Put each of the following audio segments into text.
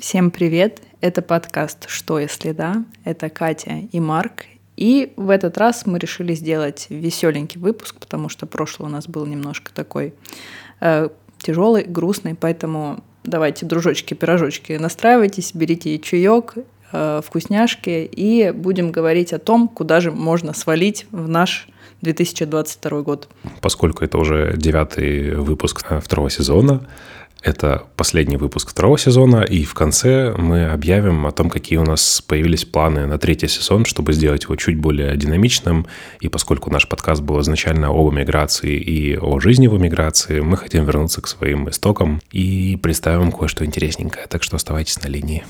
Всем привет! Это подкаст «Что, если да?». Это Катя и Марк. И в этот раз мы решили сделать веселенький выпуск, потому что прошлый у нас был немножко такой тяжелый, грустный. Поэтому давайте, дружочки-пирожочки, настраивайтесь, берите чаек, вкусняшки, и будем говорить о том, куда же можно свалить в наш 2022 год. Поскольку это уже 9-й выпуск второго сезона, это последний выпуск второго сезона, и в конце мы объявим о том, какие у нас появились планы на третий сезон, чтобы сделать его чуть более динамичным. И поскольку наш подкаст был изначально об эмиграции и о жизни в эмиграции, мы хотим вернуться к своим истокам и представим кое-что интересненькое. Так что оставайтесь на линии.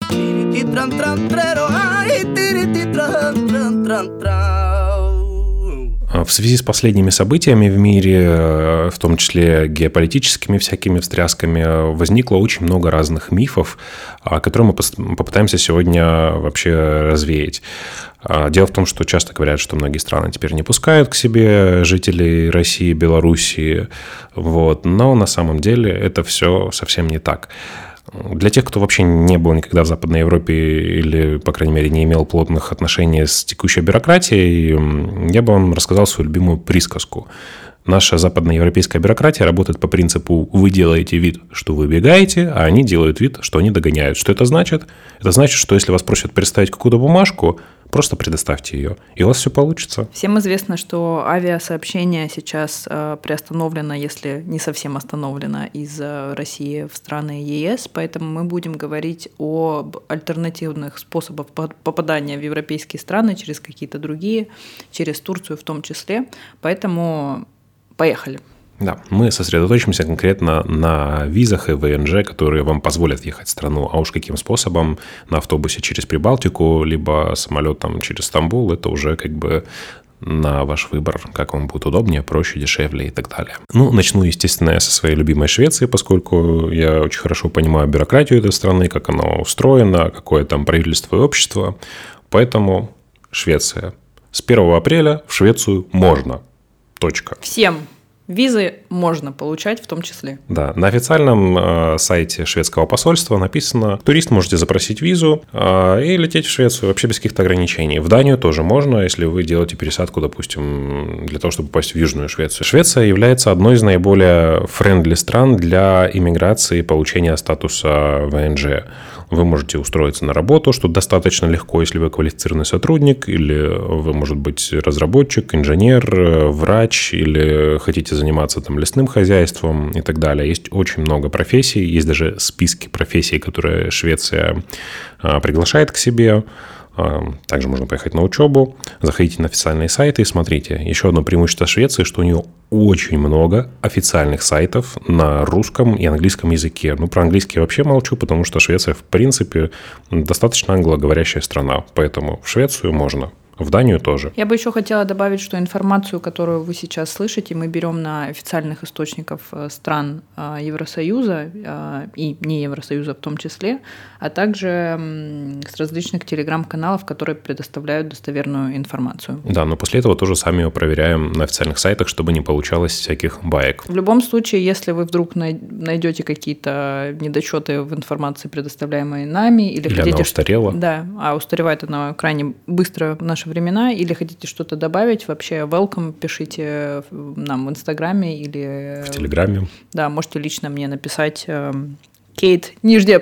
В связи с последними событиями в мире, в том числе геополитическими всякими встрясками, возникло очень много разных мифов, которые мы попытаемся сегодня вообще развеять. Дело в том, что часто говорят, что многие страны теперь не пускают к себе жителей России, Белоруссии, но на самом деле это все совсем не так. Для тех, кто вообще не был никогда в Западной Европе или, по крайней мере, не имел плотных отношений с текущей бюрократией, я бы вам рассказал свою любимую присказку. Наша западноевропейская бюрократия работает по принципу «вы делаете вид, что вы бегаете, а они делают вид, что они догоняют». Что это значит? Это значит, что если вас просят представить какую-то бумажку, просто предоставьте ее, и у вас все получится. Всем известно, что авиасообщение сейчас приостановлено, если не совсем остановлено, из России в страны ЕС, поэтому мы будем говорить об альтернативных способах попадания в европейские страны через какие-то другие, через Турцию в том числе, поэтому поехали. Да, мы сосредоточимся конкретно на визах и ВНЖ, которые вам позволят ехать в страну. А уж каким способом, на автобусе через Прибалтику, либо самолетом через Стамбул, это уже как бы на ваш выбор, как вам будет удобнее, проще, дешевле и так далее. Начну, естественно, я со своей любимой Швеции, поскольку я очень хорошо понимаю бюрократию этой страны, как она устроена, какое там правительство и общество. Поэтому Швеция. С 1 апреля в Швецию можно. Точка. Всем. Визы можно получать в том числе. Да, на официальном сайте шведского посольства написано: турист можете запросить визу и лететь в Швецию вообще без каких-то ограничений. В Данию тоже можно, если вы делаете пересадку, допустим, для того, чтобы попасть в Южную Швецию. Швеция является одной из наиболее френдли стран для иммиграции и получения статуса ВНЖ. Вы можете устроиться на работу, что достаточно легко, если вы квалифицированный сотрудник, или вы, может быть, разработчик, инженер, врач, или хотите заниматься там лесным хозяйством и так далее. Есть очень много профессий, есть даже списки профессий, которые Швеция приглашает к себе. Также можно поехать на учебу, заходите на официальные сайты и смотрите. Еще одно преимущество Швеции, что у нее очень много официальных сайтов на русском и английском языке. Про английский я вообще молчу, потому что Швеция, в принципе, достаточно англоговорящая страна. Поэтому в Швецию можно. В Данию тоже. Я бы еще хотела добавить, что информацию, которую вы сейчас слышите, мы берем на официальных источников стран Евросоюза и не Евросоюза в том числе, а также с различных телеграм-каналов, которые предоставляют достоверную информацию. Да, но после этого тоже сами ее проверяем на официальных сайтах, чтобы не получалось всяких баек. В любом случае, если вы вдруг найдете какие-то недочеты в информации, предоставляемой нами, или хотите, она устарела. Да, а устаревает она крайне быстро в наши времена, или хотите что-то добавить, вообще welcome, пишите нам в Инстаграме или в Телеграме. Да, можете лично мне написать Кейт,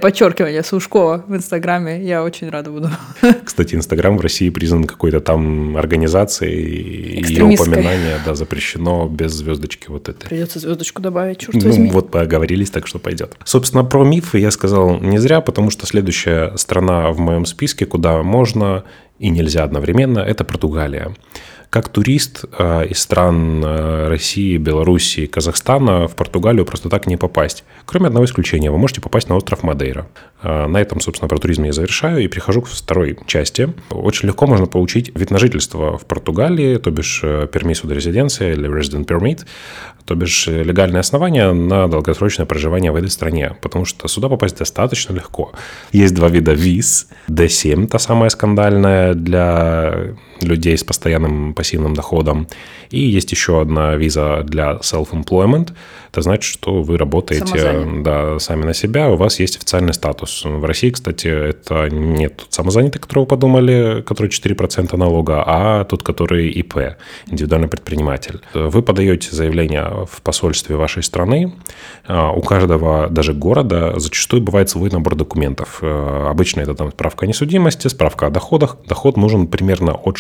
_, Сушкова в Инстаграме. Я очень рада буду. Кстати, Инстаграм в России признан какой-то там организацией, и упоминание запрещено без звездочки вот этой. Придется звездочку добавить, черт возьми. Поговорились, так что пойдет. Собственно, про мифы я сказал не зря, потому что следующая страна в моем списке, куда можно и нельзя одновременно, это Португалия. Как турист из стран России, Белоруссии, Казахстана в Португалию просто так не попасть. Кроме одного исключения, вы можете попасть на остров Мадейра. На этом, собственно, про туризм я завершаю и перехожу к второй части. Очень легко можно получить вид на жительство в Португалии, то бишь пермису де резиденция или resident permit, то бишь легальное основание на долгосрочное проживание в этой стране, потому что сюда попасть достаточно легко. Есть два вида виз. D7, та самая скандальная для людей с постоянным пассивным доходом. И есть еще одна виза для self-employment, это значит, что вы работаете сами на себя, у вас есть официальный статус. В России, кстати, это не тот самозанятый, которого вы подумали, который 4% налога, а тот, который ИП, индивидуальный предприниматель. Вы подаете заявление в посольстве вашей страны. У каждого, даже города, зачастую бывает свой набор документов. Обычно это там справка о несудимости, справка о доходах. Доход нужен примерно от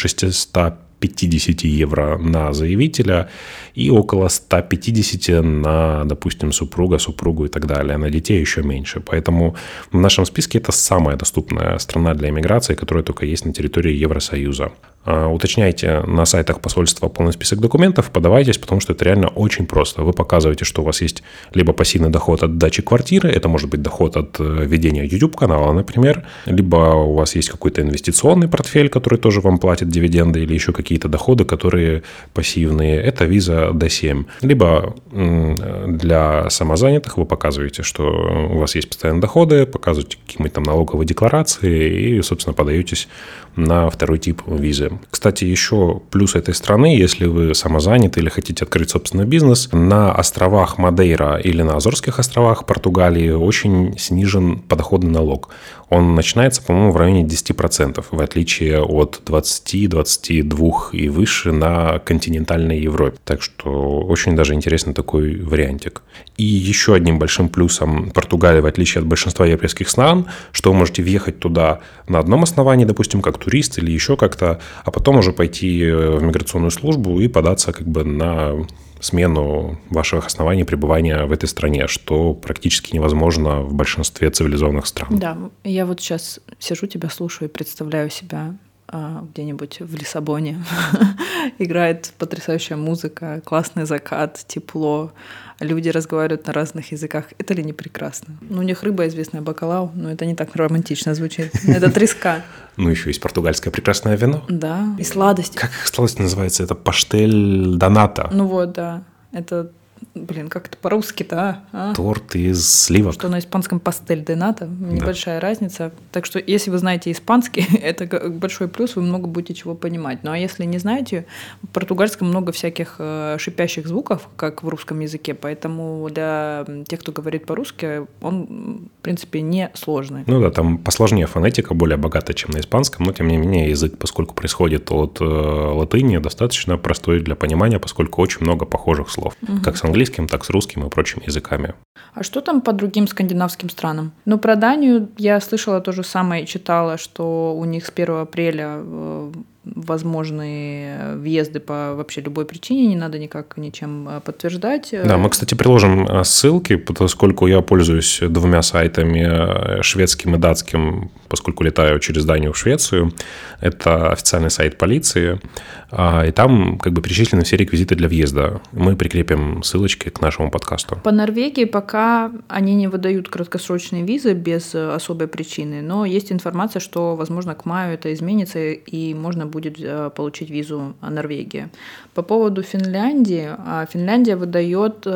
650 евро на заявителя и около 150 на, допустим, супругу и так далее. На детей еще меньше. Поэтому в нашем списке это самая доступная страна для иммиграции, которая только есть на территории Евросоюза. Уточняйте на сайтах посольства полный список документов, подавайтесь, потому что это реально очень просто. Вы показываете, что у вас есть либо пассивный доход от сдачи квартиры, это может быть доход от ведения YouTube-канала, например, либо у вас есть какой-то инвестиционный портфель, который тоже вам платит дивиденды, или еще какие-то доходы, которые пассивные. Это виза D7. Либо для самозанятых вы показываете, что у вас есть постоянные доходы, показываете какие-нибудь там налоговые декларации и, собственно, подаетесь на второй тип визы. Кстати, еще плюс этой страны, если вы самозаняты или хотите открыть собственный бизнес, на островах Мадейра или на Азорских островах Португалии очень снижен подоходный налог. Он начинается, по-моему, в районе 10%, в отличие от 20-22% и выше на континентальной Европе. Так что очень даже интересный такой вариантик. И еще одним большим плюсом Португалии, в отличие от большинства европейских стран, что вы можете въехать туда на одном основании, допустим, как турист или еще как-то, а потом уже пойти в миграционную службу и податься как бы на смену ваших оснований пребывания в этой стране, что практически невозможно в большинстве цивилизованных стран. Да, я вот сейчас сижу, тебя слушаю и представляю себя где-нибудь в Лиссабоне. Играет потрясающая музыка, классный закат, тепло, люди разговаривают на разных языках. Это ли не прекрасно? Ну, у них рыба известная, бакалау, но это не так романтично звучит. Это треска. Ну, еще есть португальское прекрасное вино. Да, и сладость. Как сладость называется? Это паштель доната. Ну вот, да. Это, как это по-русски-то, а? Торт из сливок. Что на испанском пастель де ната, небольшая разница. Так что, если вы знаете испанский, это большой плюс, вы много будете чего понимать. Ну, а если не знаете, в португальском много всяких шипящих звуков, как в русском языке, поэтому для тех, кто говорит по-русски, он, в принципе, не сложный. Ну да, там посложнее фонетика, более богата, чем на испанском, но, тем не менее, язык, поскольку происходит от латыни, достаточно простой для понимания, поскольку очень много похожих слов, как с английским, так с русским и прочими языками. А что там по другим скандинавским странам? Ну, про Данию я слышала то же самое и читала, что у них с 1 апреля возможны въезды по вообще любой причине, не надо никак ничем подтверждать. Да, мы, кстати, приложим ссылки, поскольку я пользуюсь 2 сайтами, шведским и датским, поскольку летаю через Данию в Швецию. Это официальный сайт полиции, и там как бы перечислены все реквизиты для въезда. Мы прикрепим ссылочки к нашему подкасту. По Норвегии пока они не выдают краткосрочные визы без особой причины, но есть информация, что, возможно, к маю это изменится, и можно будет получить визу Норвегии. По поводу Финляндии. Финляндия выдает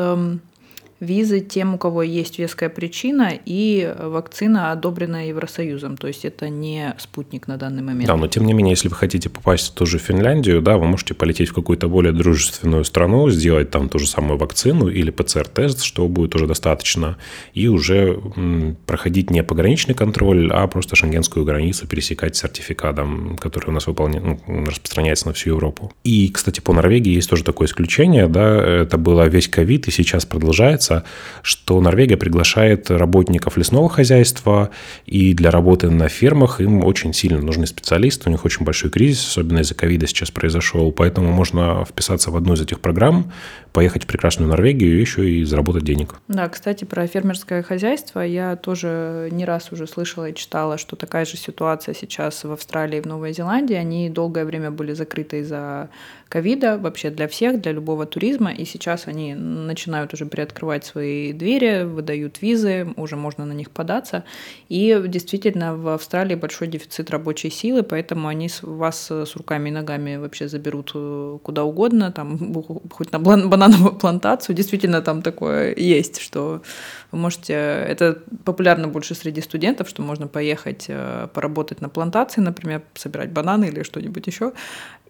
визы тем, у кого есть веская причина и вакцина, одобренная Евросоюзом. То есть это не спутник на данный момент. Да, но тем не менее, если вы хотите попасть в ту же Финляндию, да, вы можете полететь в какую-то более дружественную страну, сделать там ту же самую вакцину или ПЦР-тест, что будет уже достаточно, и уже проходить не пограничный контроль, а просто шенгенскую границу пересекать с сертификатом, который у нас распространяется на всю Европу. И, кстати, по Норвегии есть тоже такое исключение, да, это было весь ковид, и сейчас продолжается, что Норвегия приглашает работников лесного хозяйства, и для работы на фермах им очень сильно нужны специалисты, у них очень большой кризис, особенно из-за ковида сейчас произошел, поэтому можно вписаться в одну из этих программ, поехать в прекрасную Норвегию и еще и заработать денег. Да, кстати, про фермерское хозяйство я тоже не раз уже слышала и читала, что такая же ситуация сейчас в Австралии и в Новой Зеландии. Они долгое время были закрыты из-за ковида, вообще для всех, для любого туризма, и сейчас они начинают уже приоткрывать свои двери, выдают визы, уже можно на них податься, и действительно в Австралии большой дефицит рабочей силы, поэтому они вас с руками и ногами вообще заберут куда угодно, там хоть на банановую плантацию, действительно там такое есть, что вы можете, это популярно больше среди студентов, что можно поехать поработать на плантации, например, собирать бананы или что-нибудь еще,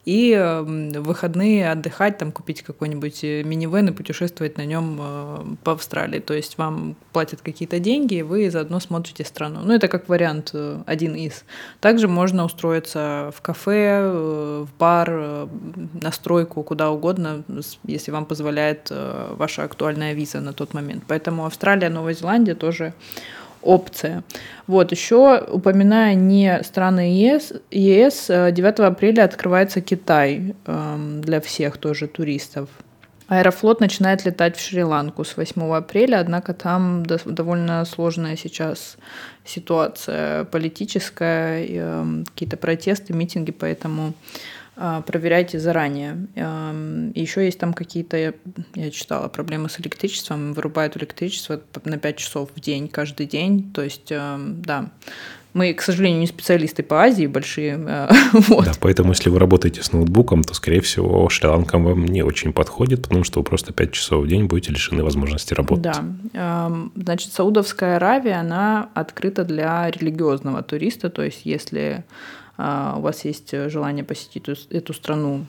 и в выходные отдыхать, там купить какой-нибудь минивэн и путешествовать на нем по Австралии. То есть вам платят какие-то деньги, и вы заодно смотрите страну. Ну, это как вариант один из. Также можно устроиться в кафе, в бар, на стройку, куда угодно, если вам позволяет ваша актуальная виза на тот момент. Поэтому Австралия, Новая Зеландия тоже опция. Вот, еще упоминая не страны ЕС, 9 апреля открывается Китай для всех тоже туристов. Аэрофлот начинает летать в Шри-Ланку с 8 апреля, однако там довольно сложная сейчас ситуация политическая, какие-то протесты, митинги, поэтому проверяйте заранее. Еще есть там какие-то, я читала, проблемы с электричеством. Вырубают электричество на 5 часов в день, каждый день. То есть, да, мы, к сожалению, не специалисты по Азии большие. Вот. Да, поэтому если вы работаете с ноутбуком, то, скорее всего, Шри-Ланка вам не очень подходит, потому что вы просто 5 часов в день будете лишены возможности работать. Да. Значит, Саудовская Аравия, она открыта для религиозного туриста. То есть, если у вас есть желание посетить эту страну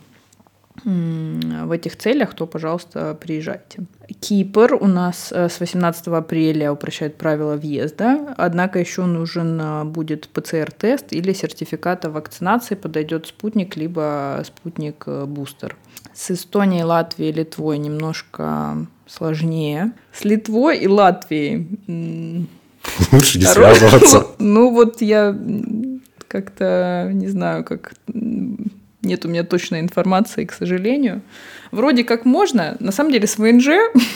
в этих целях, то, пожалуйста, приезжайте. Кипр у нас с 18 апреля упрощает правила въезда, однако еще нужен будет ПЦР-тест или сертификат о вакцинации, подойдет спутник, либо спутник-бустер. С Эстонией, Латвией, Литвой немножко сложнее. С Литвой и Латвией лучше не связываться. Ну вот я как-то не знаю, как... Нет у меня точной информации, к сожалению. Вроде как можно, на самом деле с ВНЖ...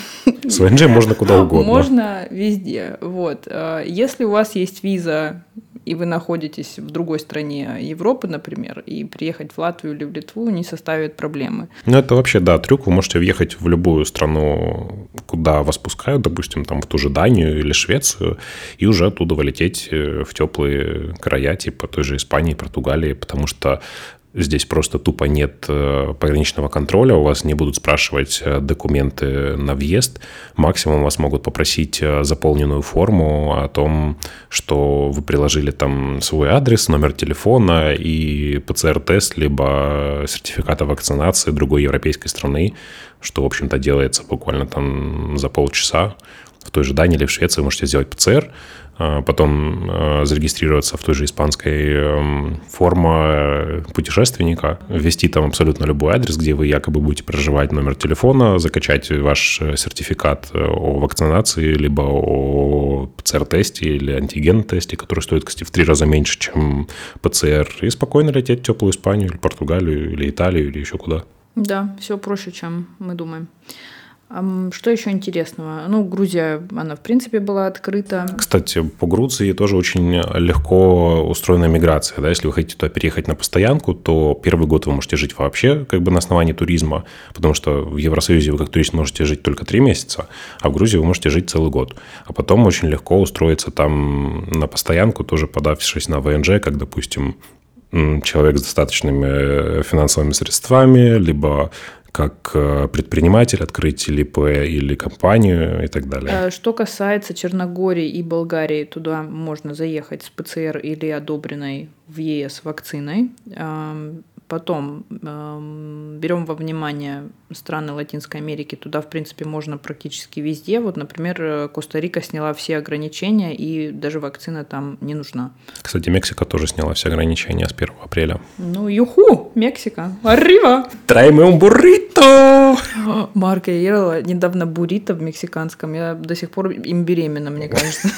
С ВНЖ можно куда угодно. Можно везде. Вот. Если у вас есть виза, и вы находитесь в другой стране Европы, например, и приехать в Латвию или в Литву не составит проблемы. Ну, это вообще, да, трюк. Вы можете въехать в любую страну, куда вас пускают, допустим, там в ту же Данию или Швецию, и уже оттуда вылететь в теплые края, типа той же Испании, Португалии, потому что здесь просто тупо нет пограничного контроля, у вас не будут спрашивать документы на въезд. Максимум вас могут попросить заполненную форму о том, что вы приложили там свой адрес, номер телефона и ПЦР-тест, либо сертификат о вакцинации другой европейской страны, что, в общем-то, делается буквально там за полчаса. В той же Дании или в Швеции вы можете сделать ПЦР, потом зарегистрироваться в той же испанской форме путешественника, ввести там абсолютно любой адрес, где вы якобы будете проживать, номер телефона, закачать ваш сертификат о вакцинации, либо о ПЦР-тесте или антиген-тесте, который стоит, кстати, в 3 раза меньше, чем ПЦР, и спокойно лететь в теплую Испанию или Португалию или Италию или еще куда. Да, все проще, чем мы думаем. Что еще интересного? Ну, Грузия, она в принципе была открыта. Кстати, по Грузии тоже очень легко устроена миграция. Да? Если вы хотите туда переехать на постоянку, то первый год вы можете жить вообще как бы на основании туризма, потому что в Евросоюзе вы как турист можете жить только 3 месяца, а в Грузии вы можете жить целый год. А потом очень легко устроиться там на постоянку, тоже подавшись на ВНЖ, как, допустим, человек с достаточными финансовыми средствами, либо как предприниматель открыть или ИП, или компанию и так далее. Что касается Черногории и Болгарии, туда можно заехать с ПЦР или одобренной в ЕС вакциной. Потом берем во внимание страны Латинской Америки, туда, в принципе, можно практически везде. Вот, например, Коста-Рика сняла все ограничения, и даже вакцина там не нужна. Кстати, Мексика тоже сняла все ограничения с 1 апреля. Ну, юху, Мексика, arriba! Трайме un burrito! Марк, я ела недавно буррито в мексиканском, я до сих пор им беременна, мне кажется.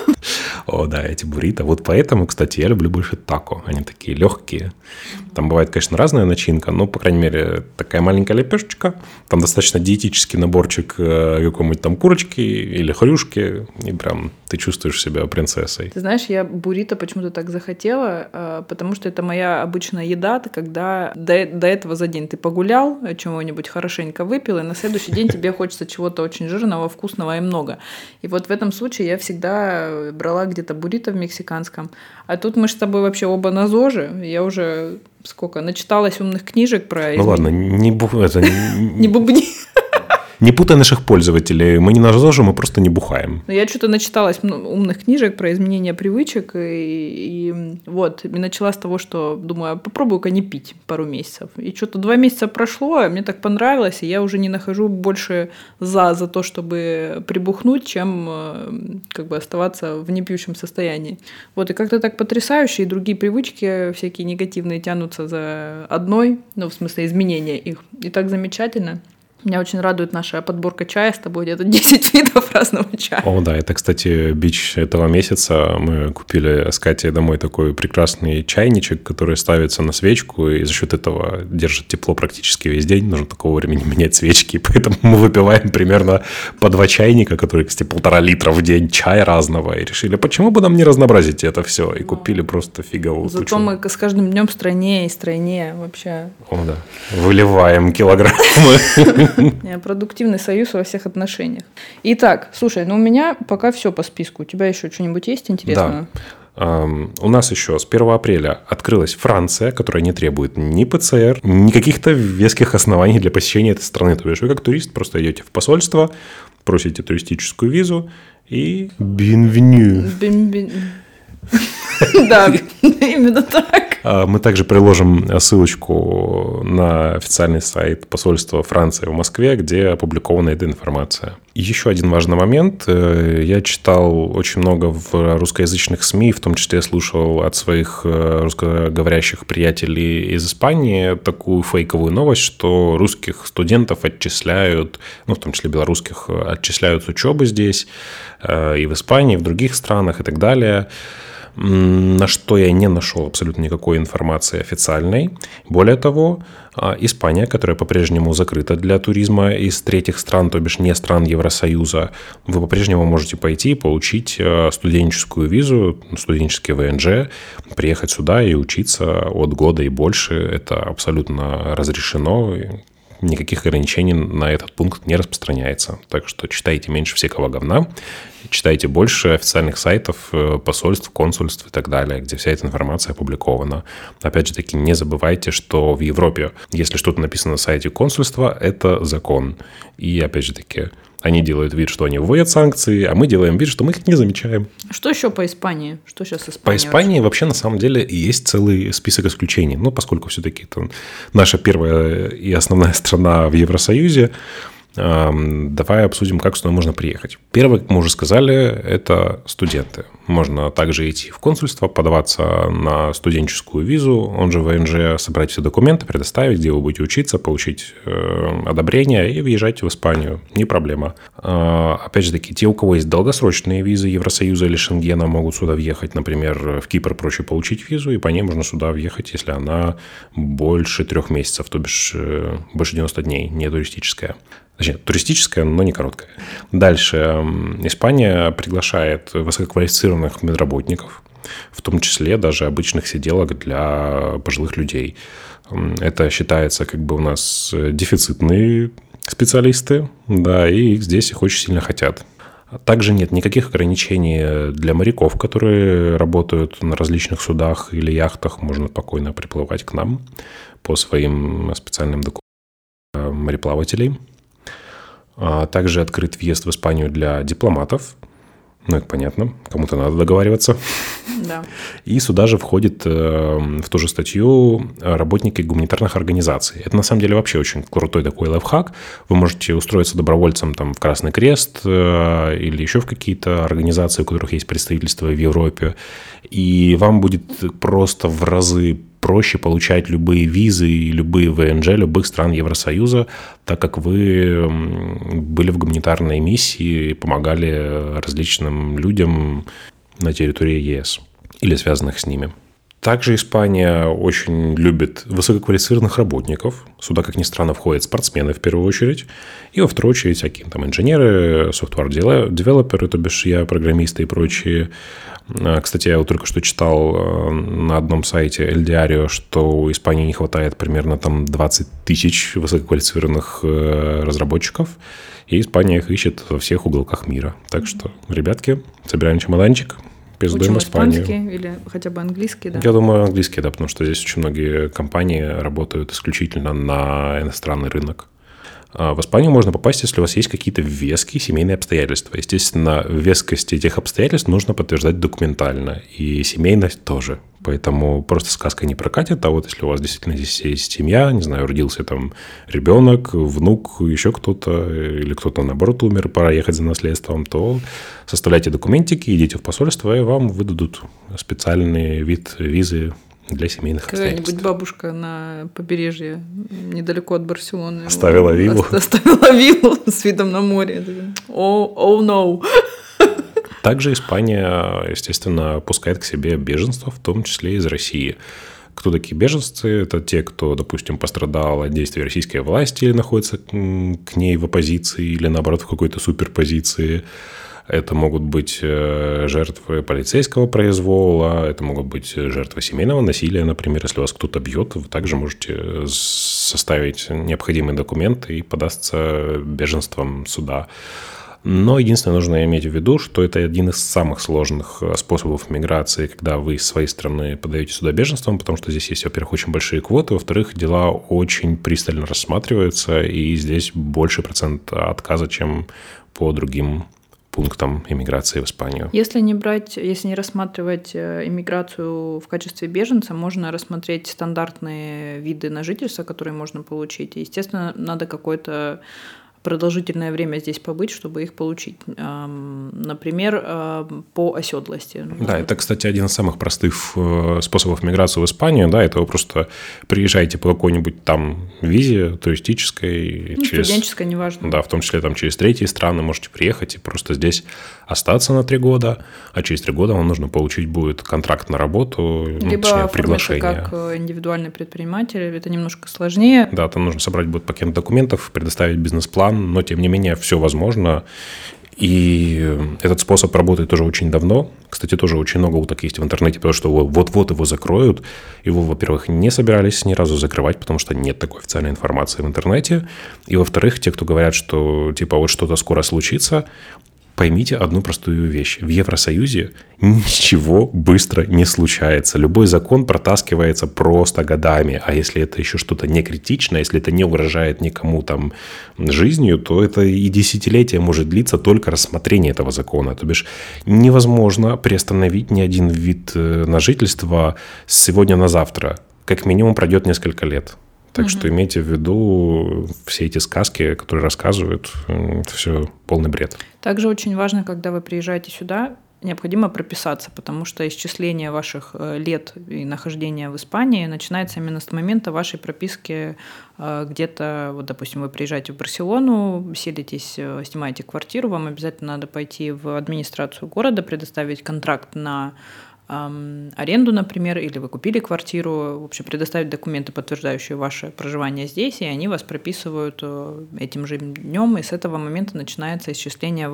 О, да, эти буррито. Вот поэтому, кстати, я люблю больше тако. Они такие легкие. Там бывает, конечно, разная начинка, но, по крайней мере, такая маленькая лепешечка. Там достаточно диетический наборчик какой-нибудь там курочки или хрюшки. И прям ты чувствуешь себя принцессой. Ты знаешь, я буррито почему-то так захотела, потому что это моя обычная еда, когда до этого за день ты погулял, чего-нибудь хорошенько выпил, и на следующий день тебе хочется чего-то очень жирного, вкусного и много. И вот в этом случае я всегда брала где-то буррито в мексиканском. А тут мы с тобой вообще оба на ЗОЖе. Я уже начиталась умных книжек про... Ну ладно, не бубни. Не путай наших пользователей. Мы не на ЗОЖе, мы просто не бухаем. Я что-то начиталась умных книжек про изменение привычек. И начала с того, что думаю, попробую-ка не пить пару месяцев. И что-то 2 месяца прошло, мне так понравилось, и я уже не нахожу больше за то, чтобы прибухнуть, чем оставаться в непьющем состоянии. И как-то так потрясающе, и другие привычки всякие негативные тянутся за одной, в смысле изменения их. И так замечательно. Меня очень радует наша подборка чая с тобой, где-то 10 видов разного чая. О, да, это, кстати, бич этого месяца. Мы купили с Катей домой такой прекрасный чайничек, который ставится на свечку, и за счет этого держит тепло практически весь день. Нужно такого времени менять свечки, поэтому мы выпиваем примерно по 2 чайника, которые, кстати, 1,5 литра в день чая разного, и решили, почему бы нам не разнообразить это все, и купили просто фиговую кучу. Зато мы с каждым днем стройнее и стройнее вообще. О, да, выливаем килограммы. Продуктивный союз во всех отношениях. Итак, слушай, у меня пока все по списку. У тебя еще что-нибудь есть интересного? Да. У нас еще с 1 апреля открылась Франция, которая не требует ни ПЦР, ни каких-то веских оснований для посещения этой страны. То есть вы как турист просто идете в посольство, просите туристическую визу и bienvenue. Да, именно так. Мы также приложим ссылочку на официальный сайт посольства Франции в Москве, где опубликована эта информация. И еще один важный момент. Я читал очень много в русскоязычных СМИ, в том числе слушал от своих русскоговорящих приятелей из Испании такую фейковую новость, что русских студентов отчисляют, в том числе белорусских, отчисляют с учебы здесь, и в Испании, и в других странах и так далее. На что я не нашел абсолютно никакой информации официальной. Более того, Испания, которая по-прежнему закрыта для туризма из третьих стран, то бишь не стран Евросоюза, вы по-прежнему можете пойти и получить студенческую визу, студенческий ВНЖ, приехать сюда и учиться от года и больше. Это абсолютно разрешено. Никаких ограничений на этот пункт не распространяется. Так что читайте меньше всякого говна, читайте больше официальных сайтов, посольств, консульств и так далее, где вся эта информация опубликована. Опять же таки, не забывайте, что в Европе, если что-то написано на сайте консульства, это закон. И опять же таки, они делают вид, что они вводят санкции, а мы делаем вид, что мы их не замечаем. Что еще по Испании? Что сейчас Испания? По Испании вообще на самом деле есть целый список исключений. Поскольку все-таки это наша первая и основная страна в Евросоюзе, давай обсудим, как сюда можно приехать. Первое, как мы уже сказали, это студенты. Можно также идти в консульство, подаваться на студенческую визу, он же ВНЖ, собрать все документы, предоставить, где вы будете учиться, получить одобрение и въезжать в Испанию. Не проблема. Опять же таки, те, у кого есть долгосрочные визы Евросоюза или Шенгена, могут сюда въехать. Например, в Кипр проще получить визу, и по ней можно сюда въехать, если она больше 3 месяцев, то бишь больше 90 дней, не туристическая. Точнее, туристическая, но не короткая. Дальше. Испания приглашает высококвалифицированных медработников, в том числе даже обычных сиделок для пожилых людей. Это считается у нас дефицитные специалисты, да, и здесь их очень сильно хотят. Также нет никаких ограничений для моряков, которые работают на различных судах или яхтах. Можно спокойно приплывать к нам по своим специальным документам мореплавателей. Также открыт въезд в Испанию для дипломатов. Это понятно, кому-то надо договариваться. Да. И сюда же входит в ту же статью работники гуманитарных организаций. Это на самом деле вообще очень крутой такой лайфхак. Вы можете устроиться добровольцем в Красный Крест или еще в какие-то организации, у которых есть представительство в Европе. И вам будет просто в разы проще получать любые визы и любые ВНЖ любых стран Евросоюза, так как вы были в гуманитарной миссии и помогали различным людям на территории ЕС или связанных с ними. Также Испания очень любит высококвалифицированных работников. Сюда, как ни странно, входят спортсмены в первую очередь. И во вторую очередь всякие инженеры, софтвер-девелоперы, то бишь я, программисты и прочие. Кстати, я только что читал на одном сайте El Diario, что у Испании не хватает примерно 20 тысяч высококвалифицированных разработчиков, и Испания их ищет во всех уголках мира. Так что, ребятки, собираем чемоданчик, пиздуем в Испанию. Испанский или хотя бы английский, да? Я думаю, английский, да, потому что здесь очень многие компании работают исключительно на иностранный рынок. В Испанию можно попасть, если у вас есть какие-то веские семейные обстоятельства. Естественно, вескость этих обстоятельств нужно подтверждать документально. И семейность тоже. Поэтому просто сказка не прокатит. А вот если у вас действительно здесь есть семья, не знаю, родился там ребенок, внук, еще кто-то, или кто-то, наоборот, умер, пора ехать за наследством, то составляйте документики, идите в посольство, и вам выдадут специальный вид визы для семейных обстоятельств. Какая-нибудь бабушка на побережье, недалеко от Барселоны. Оставила виллу. Оставила виллу с видом на море. Oh no. Также Испания, естественно, пускает к себе беженцев, в том числе из России. Кто такие беженцы? Это те, кто, допустим, пострадал от действий российской власти или находится к ней в оппозиции, или, наоборот, в какой-то суперпозиции. Это могут быть жертвы полицейского произвола, это могут быть жертвы семейного насилия, например, если вас кто-то бьет, вы также можете составить необходимые документы и податься беженством суда. Но единственное, нужно иметь в виду, что это один из самых сложных способов миграции, когда вы из своей страны подаете сюда беженством, потому что здесь есть, во-первых, очень большие квоты, во-вторых, дела очень пристально рассматриваются, и здесь больше процент отказа, чем по другим пунктам иммиграции в Испанию. Если не рассматривать иммиграцию в качестве беженца, можно рассмотреть стандартные виды на жительство, которые можно получить. И, естественно, надо какое-то продолжительное время здесь побыть, чтобы их получить. Например, по оседлости. Да, это, кстати, один из самых простых способов миграции в Испанию. Да, это вы просто приезжаете по какой-нибудь там визе туристической. Студенческой, неважно. Да, в том числе там через третьи страны можете приехать и просто здесь остаться на 3 года, а через 3 года вам нужно получить будет контракт на работу, либо приглашение. Как индивидуальный предприниматель, это немножко сложнее. Да, там нужно собрать будет пакет документов, предоставить бизнес-план, но, тем не менее, все возможно. И этот способ работает тоже очень давно. Кстати, тоже очень много уток есть в интернете, потому что вот-вот его закроют. Его, во-первых, не собирались ни разу закрывать, потому что нет такой официальной информации в интернете. И, во-вторых, те, кто говорят, что типа вот что-то скоро случится, поймите одну простую вещь. В Евросоюзе ничего быстро не случается. Любой закон протаскивается просто годами. А если это еще что-то не критичное, если это не угрожает никому там жизнью, то это и десятилетия может длиться только рассмотрение этого закона. То бишь невозможно приостановить ни один вид на жительство с сегодня на завтра. Как минимум пройдет несколько лет. Так что имейте в виду все эти сказки, которые рассказывают, это все полный бред. Также очень важно, когда вы приезжаете сюда, необходимо прописаться, потому что исчисление ваших лет и нахождения в Испании начинается именно с момента вашей прописки где-то, вот, допустим, вы приезжаете в Барселону, селитесь, снимаете квартиру, вам обязательно надо пойти в администрацию города, предоставить контракт на аренду, например, или вы купили квартиру, в общем, предоставить документы, подтверждающие ваше проживание здесь, и они вас прописывают этим же днем, и с этого момента начинается исчисление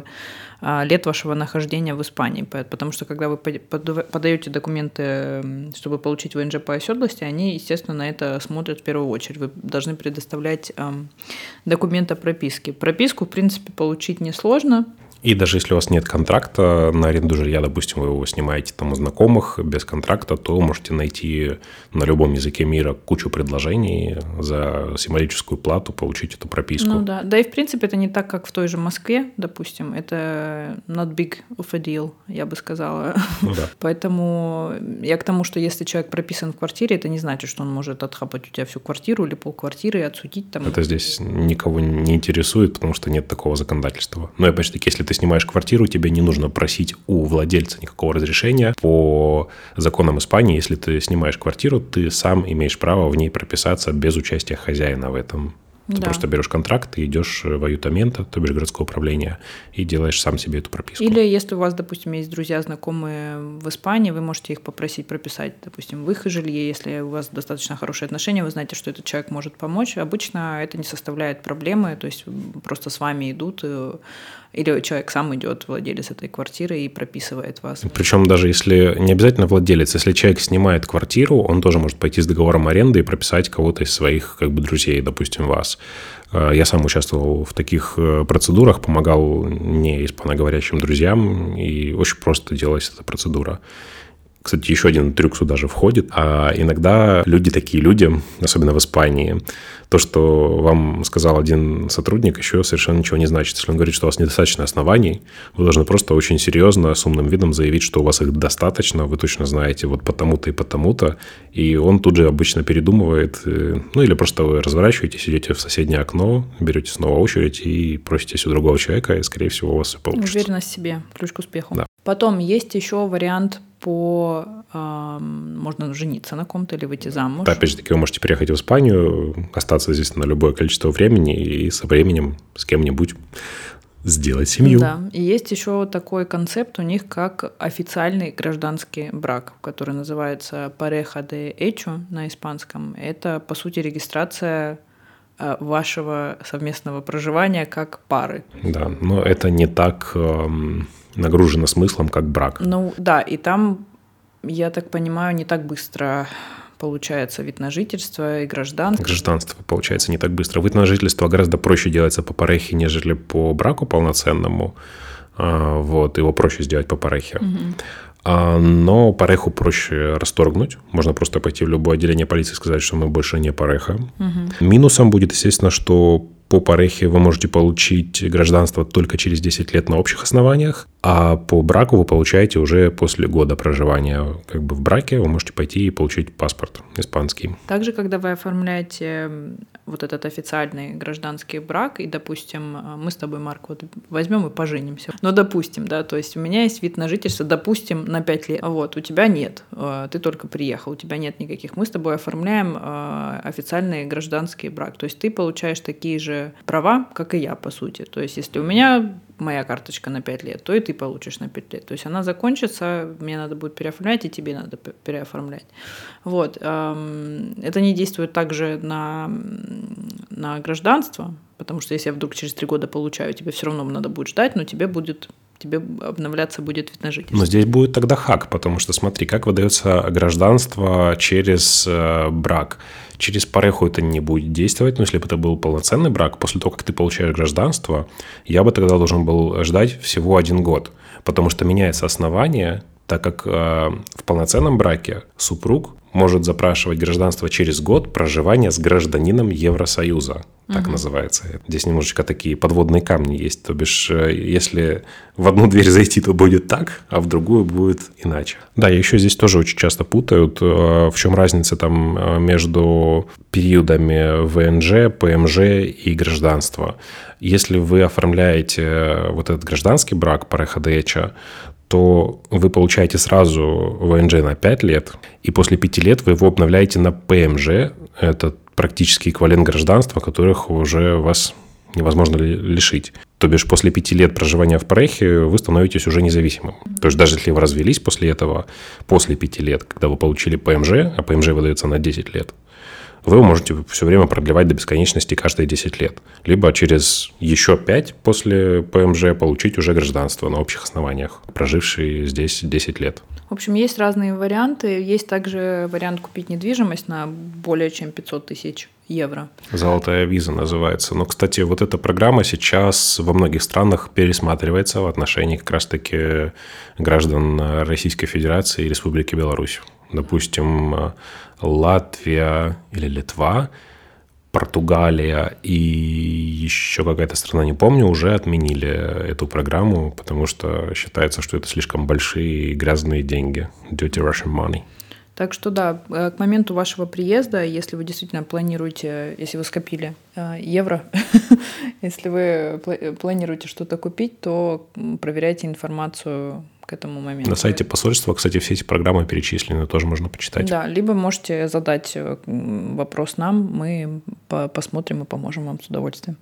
лет вашего нахождения в Испании. Потому что, когда вы подаете документы, чтобы получить ВНЖ по оседлости, они, естественно, на это смотрят в первую очередь. Вы должны предоставлять документ о прописке. Прописку, в принципе, получить несложно. И даже если у вас нет контракта на аренду жилья, допустим, вы его снимаете там у знакомых без контракта, то можете найти на любом языке мира кучу предложений за символическую плату получить эту прописку. Ну да. Да и в принципе это не так, как в той же Москве, допустим. Это not big of a deal, я бы сказала. Ну да. Поэтому я к тому, что если человек прописан в квартире, это не значит, что он может отхапать у тебя всю квартиру или полквартиры и отсудить там. Это здесь никого не интересует, потому что нет такого законодательства. Но опять же таки, если ты снимаешь квартиру, тебе не нужно просить у владельца никакого разрешения. По законам Испании, если ты снимаешь квартиру, ты сам имеешь право в ней прописаться без участия хозяина в этом. Ты просто берешь контракт и идешь в аютамента, то бишь городское управление, и делаешь сам себе эту прописку. Или если у вас, допустим, есть друзья, знакомые в Испании, вы можете их попросить прописать, допустим, в их жилье, если у вас достаточно хорошие отношения, вы знаете, что этот человек может помочь. Обычно это не составляет проблемы, то есть просто с вами идут, или человек сам идет, владелец этой квартиры, и прописывает вас. Причем даже если не обязательно владелец, если человек снимает квартиру, он тоже может пойти с договором аренды и прописать кого-то из своих друзей, допустим, вас. Я сам участвовал в таких процедурах, помогал не испаноговорящим друзьям, и очень просто делалась эта процедура. Кстати, еще один трюк сюда же входит. А иногда такие люди, особенно в Испании, то, что вам сказал один сотрудник, еще совершенно ничего не значит. Если он говорит, что у вас недостаточно оснований, вы должны просто очень серьезно, с умным видом заявить, что у вас их достаточно, вы точно знаете вот потому-то и потому-то, и он тут же обычно передумывает, или просто вы разворачиваетесь, идете в соседнее окно, берете снова очередь и проситесь у другого человека, и, скорее всего, у вас все получится. Уверенность в себе, ключ к успеху. Да. Потом есть еще вариант можно жениться на ком-то или выйти замуж. Да, опять же таки, вы можете приехать в Испанию, остаться здесь на любое количество времени и со временем с кем-нибудь сделать семью. Да, и есть еще такой концепт у них, как официальный гражданский брак, который называется pareja de hecho на испанском. Это, по сути, регистрация вашего совместного проживания как пары. Да, но это не так нагружено смыслом, как брак. Ну да, и там, я так понимаю, не так быстро получается вид на жительство и гражданство. Гражданство получается не так быстро. Вид на жительство гораздо проще делается по парехе, нежели по браку полноценному. Вот, его проще сделать по парехе. Но пареху проще расторгнуть. Можно просто пойти в любое отделение полиции и сказать, что мы больше не пареха. Минусом будет, естественно, что по парехе вы можете получить гражданство только через 10 лет на общих основаниях, а по браку вы получаете уже после года проживания в браке, вы можете пойти и получить паспорт испанский. Также, когда вы оформляете вот этот официальный гражданский брак, и, допустим, мы с тобой, Марк, вот возьмем и поженимся. Но допустим, да, то есть у меня есть вид на жительство, допустим, на 5 лет. Вот, у тебя нет, ты только приехал, у тебя нет никаких. Мы с тобой оформляем официальный гражданский брак. То есть ты получаешь такие же права, как и я, по сути. То есть если у меня моя карточка на 5 лет, то и ты получишь на 5 лет. То есть она закончится, мне надо будет переоформлять, и тебе надо переоформлять. Вот. Это не действует также на гражданство, потому что если я вдруг через 3 года получаю, тебе все равно надо будет ждать, но тебе обновляться будет вид на жительство. Но здесь будет тогда хак, потому что смотри, как выдается гражданство через брак. Через пареху это не будет действовать, но если бы это был полноценный брак, после того, как ты получаешь гражданство, я бы тогда должен был ждать всего 1 год, потому что меняется основание, так как в полноценном браке супруг может запрашивать гражданство через год проживания с гражданином Евросоюза. Так называется. Здесь немножечко такие подводные камни есть. То бишь, если в одну дверь зайти, то будет так, а в другую будет иначе. Да, и еще здесь тоже очень часто путают, в чем разница там между периодами ВНЖ, ПМЖ и гражданства. Если вы оформляете вот этот гражданский брак, pareja de hecho, то вы получаете сразу ВНЖ на 5 лет, и после 5 лет вы его обновляете на ПМЖ. Это практически эквивалент гражданства, которых уже вас невозможно лишить. То бишь после 5 лет проживания в парехе вы становитесь уже независимым. То есть даже если вы развелись после этого, после 5 лет, когда вы получили ПМЖ, а ПМЖ выдается на 10 лет, вы можете все время продлевать до бесконечности каждые 10 лет. Либо через еще 5 после ПМЖ получить уже гражданство на общих основаниях, прожившие здесь 10 лет. В общем, есть разные варианты. Есть также вариант купить недвижимость на более чем 500 тысяч евро. Золотая виза называется. Но, кстати, вот эта программа сейчас во многих странах пересматривается в отношении как раз-таки граждан Российской Федерации и Республики Беларусь. Допустим, Латвия или Литва, Португалия и еще какая-то страна, не помню, уже отменили эту программу, потому что считается, что это слишком большие грязные деньги. Dirty Russian money. Так что да, к моменту вашего приезда, если вы действительно планируете, если вы скопили евро, если вы планируете что-то купить, то проверяйте информацию к этому моменту. На сайте посольства, кстати, все эти программы перечислены, тоже можно почитать. Да, либо можете задать вопрос нам, мы посмотрим и поможем вам с удовольствием.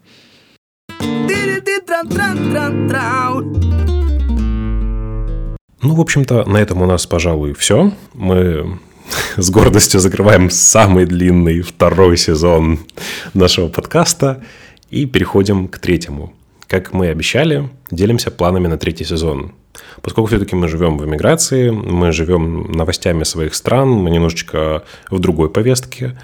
Ну, в общем-то, на этом у нас, пожалуй, все. Мы с гордостью закрываем самый длинный 2-й сезон нашего подкаста и переходим к 3-му. Как мы и обещали, делимся планами на 3-й сезон. Поскольку все-таки мы живем в эмиграции, мы живем новостями своих стран, мы немножечко в другой повестке,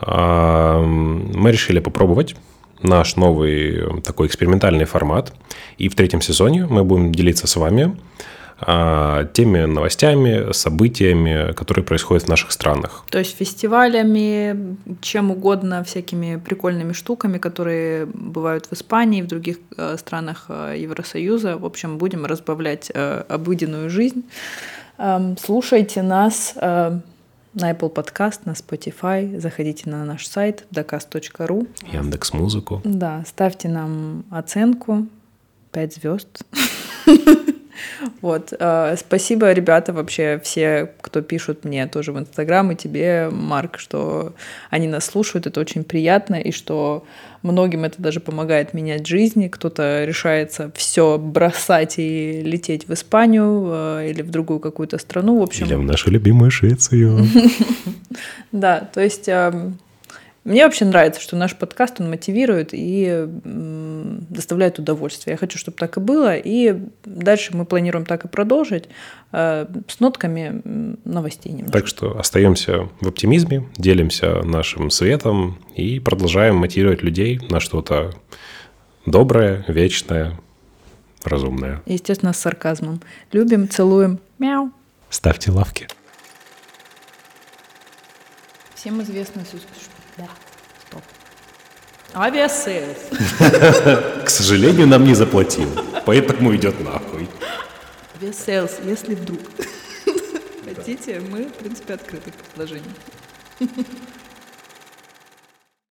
мы решили попробовать наш новый такой экспериментальный формат. И в 3-м сезоне мы будем делиться с вами теми новостями, событиями, которые происходят в наших странах. То есть фестивалями, чем угодно, всякими прикольными штуками, которые бывают в Испании и в других странах Евросоюза. В общем, будем разбавлять обыденную жизнь. Слушайте нас на Apple Podcast, на Spotify. Заходите на наш сайт docast.ru. Яндекс.Музыку. Да, ставьте нам оценку 5 звезд. Вот. Спасибо, ребята, вообще все, кто пишут мне тоже в Инстаграм, и тебе, Марк, что они нас слушают, это очень приятно, и что многим это даже помогает менять жизни. Кто-то решается все бросать и лететь в Испанию или в другую какую-то страну. В общем... Или в нашу любимую Швецию. Да, то есть... Мне вообще нравится, что наш подкаст, он мотивирует и доставляет удовольствие. Я хочу, чтобы так и было. И дальше мы планируем так и продолжить с нотками новостей немножко. Так что остаемся в оптимизме, делимся нашим светом и продолжаем мотивировать людей на что-то доброе, вечное, разумное. Естественно, с сарказмом. Любим, целуем. Мяу. Ставьте лавки. Всем известно, да, стоп. Авиасейлс. К сожалению, нам не заплатил, поэтому идет нахуй. Авиасейлс, если вдруг хотите, мы, в принципе, открыты к предложению.